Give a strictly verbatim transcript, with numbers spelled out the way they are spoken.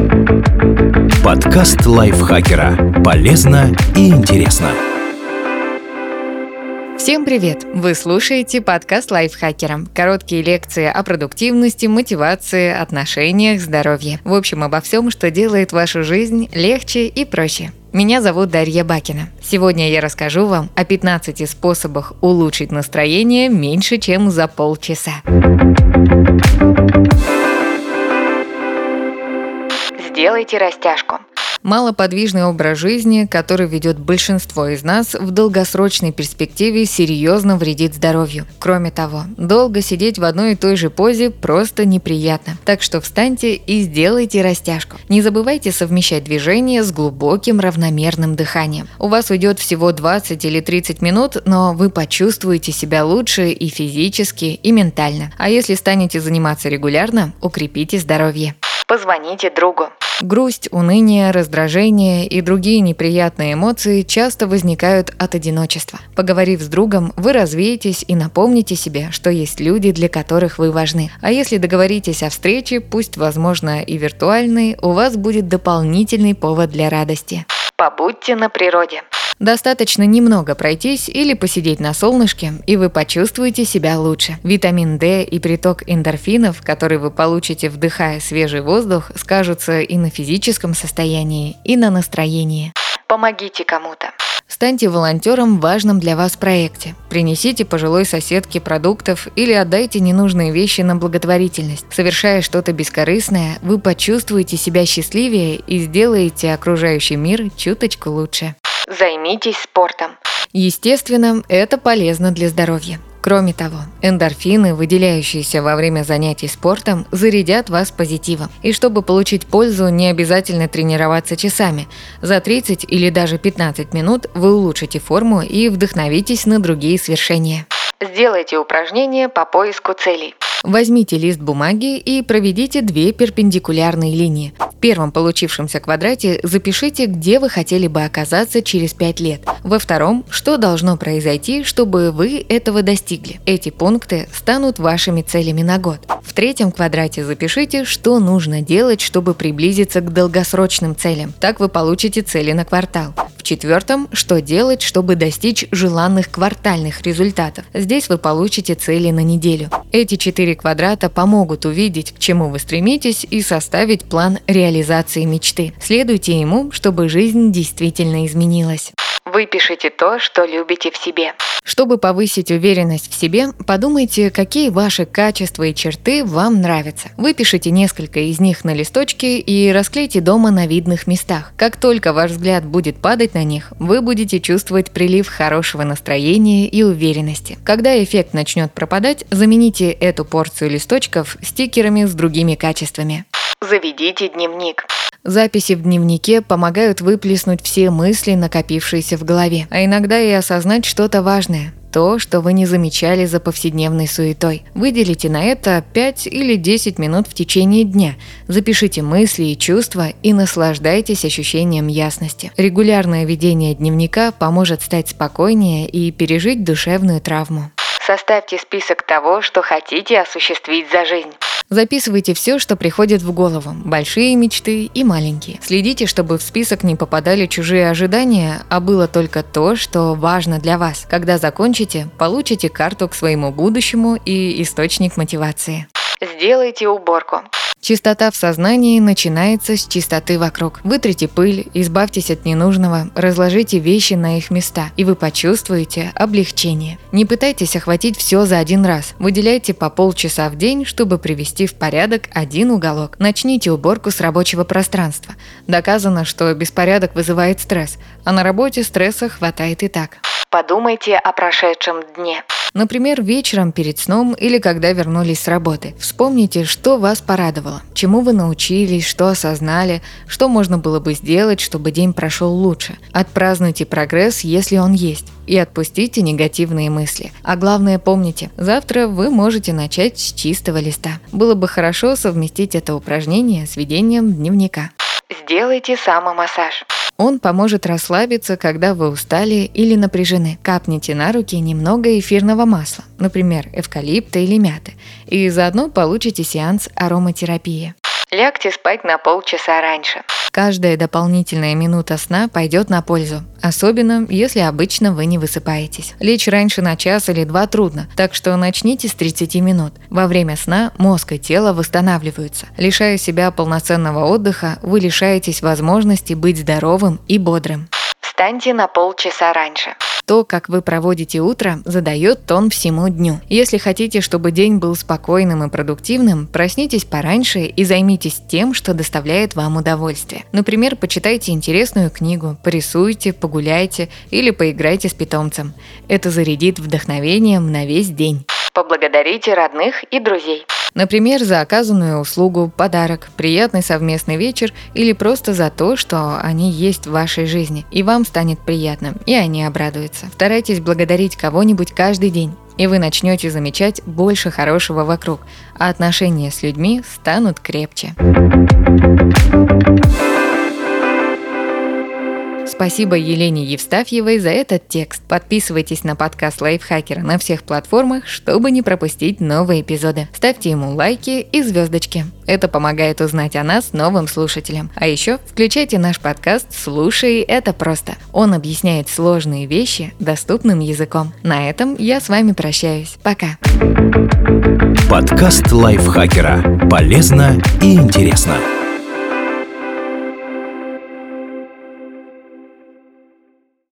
Подкаст лайфхакера. Полезно и интересно. Всем привет! Вы слушаете подкаст лайфхакера. Короткие лекции о продуктивности, мотивации, отношениях, здоровье. В общем, обо всем, что делает вашу жизнь легче и проще. Меня зовут Дарья Бакина. Сегодня я расскажу вам о пятнадцати способах улучшить настроение меньше, чем за полчаса. Сделайте растяжку. Малоподвижный образ жизни, который ведет большинство из нас, в долгосрочной перспективе серьезно вредит здоровью. Кроме того, долго сидеть в одной и той же позе просто неприятно. Так что встаньте и сделайте растяжку. Не забывайте совмещать движение с глубоким равномерным дыханием. У вас уйдет всего двадцать или тридцать минут, но вы почувствуете себя лучше и физически, и ментально. А если станете заниматься регулярно, укрепите здоровье. Позвоните другу. Грусть, уныние, раздражение и другие неприятные эмоции часто возникают от одиночества. Поговорив с другом, вы развеетесь и напомните себе, что есть люди, для которых вы важны. А если договоритесь о встрече, пусть, возможно, и виртуальной, у вас будет дополнительный повод для радости. Побудьте на природе. Достаточно немного пройтись или посидеть на солнышке, и вы почувствуете себя лучше. Витамин D и приток эндорфинов, который вы получите, вдыхая свежий воздух, скажутся и на физическом состоянии, и на настроении. Помогите кому-то. Станьте волонтером в важном для вас проекте. Принесите пожилой соседке продуктов или отдайте ненужные вещи на благотворительность. Совершая что-то бескорыстное, вы почувствуете себя счастливее и сделаете окружающий мир чуточку лучше. Займитесь спортом. Естественно, это полезно для здоровья. Кроме того, эндорфины, выделяющиеся во время занятий спортом, зарядят вас позитивом. И чтобы получить пользу, не обязательно тренироваться часами. За тридцать или даже пятнадцать минут вы улучшите форму и вдохновитесь на другие свершения. Сделайте упражнения по поиску целей. Возьмите лист бумаги и проведите две перпендикулярные линии. В первом получившемся квадрате запишите, где вы хотели бы оказаться через пять лет. Во втором, что должно произойти, чтобы вы этого достигли. Эти пункты станут вашими целями на год. В третьем квадрате запишите, что нужно делать, чтобы приблизиться к долгосрочным целям. Так вы получите цели на квартал. В четвертом, что делать, чтобы достичь желанных квартальных результатов. Здесь вы получите цели на неделю. Эти четыре квадрата помогут увидеть, к чему вы стремитесь, и составить план реализации мечты. Следуйте ему, чтобы жизнь действительно изменилась. Выпишите то, что любите в себе. Чтобы повысить уверенность в себе, подумайте, какие ваши качества и черты вам нравятся. Выпишите несколько из них на листочке и расклейте дома на видных местах. Как только ваш взгляд будет падать на них, вы будете чувствовать прилив хорошего настроения и уверенности. Когда эффект начнет пропадать, замените эту порцию листочков стикерами с другими качествами. Заведите дневник. Записи в дневнике помогают выплеснуть все мысли, накопившиеся в голове, а иногда и осознать что-то важное. То, что вы не замечали за повседневной суетой. Выделите на это пять или десять минут в течение дня. Запишите мысли и чувства и наслаждайтесь ощущением ясности. Регулярное ведение дневника поможет стать спокойнее и пережить душевную травму. Составьте список того, что хотите осуществить за жизнь. Записывайте все, что приходит в голову, большие мечты и маленькие. Следите, чтобы в список не попадали чужие ожидания, а было только то, что важно для вас. Когда закончите, получите карту к своему будущему и источник мотивации. Сделайте уборку. Чистота в сознании начинается с чистоты вокруг. Вытрите пыль, избавьтесь от ненужного, разложите вещи на их места, и вы почувствуете облегчение. Не пытайтесь охватить все за один раз. Выделяйте по полчаса в день, чтобы привести в порядок один уголок. Начните уборку с рабочего пространства. Доказано, что беспорядок вызывает стресс, а на работе стресса хватает и так. Подумайте о прошедшем дне. Например, вечером перед сном или когда вернулись с работы. Вспомните, что вас порадовало, чему вы научились, что осознали, что можно было бы сделать, чтобы день прошел лучше. Отпразднуйте прогресс, если он есть, и отпустите негативные мысли. А главное, помните, завтра вы можете начать с чистого листа. Было бы хорошо совместить это упражнение с ведением дневника. Сделайте самомассаж. Он поможет расслабиться, когда вы устали или напряжены. Капните на руки немного эфирного масла, например, эвкалипта или мяты, и заодно получите сеанс ароматерапии. Лягте спать на полчаса раньше. Каждая дополнительная минута сна пойдет на пользу, особенно если обычно вы не высыпаетесь. Лечь раньше на час или два трудно, так что начните с тридцати минут. Во время сна мозг и тело восстанавливаются. Лишая себя полноценного отдыха, вы лишаетесь возможности быть здоровым и бодрым. Встаньте на полчаса раньше. То, как вы проводите утро, задает тон всему дню. Если хотите, чтобы день был спокойным и продуктивным, проснитесь пораньше и займитесь тем, что доставляет вам удовольствие. Например, почитайте интересную книгу, порисуйте, погуляйте или поиграйте с питомцем. Это зарядит вдохновением на весь день. Поблагодарите родных и друзей. Например, за оказанную услугу, подарок, приятный совместный вечер или просто за то, что они есть в вашей жизни, и вам станет приятно, и они обрадуются. Старайтесь благодарить кого-нибудь каждый день, и вы начнете замечать больше хорошего вокруг, а отношения с людьми станут крепче. Спасибо Елене Евстафьевой за этот текст. Подписывайтесь на подкаст Лайфхакера на всех платформах, чтобы не пропустить новые эпизоды. Ставьте ему лайки и звездочки. Это помогает узнать о нас новым слушателям. А еще включайте наш подкаст «Слушай, это просто». Он объясняет сложные вещи доступным языком. На этом я с вами прощаюсь. Пока. Подкаст Лайфхакера. Полезно и интересно.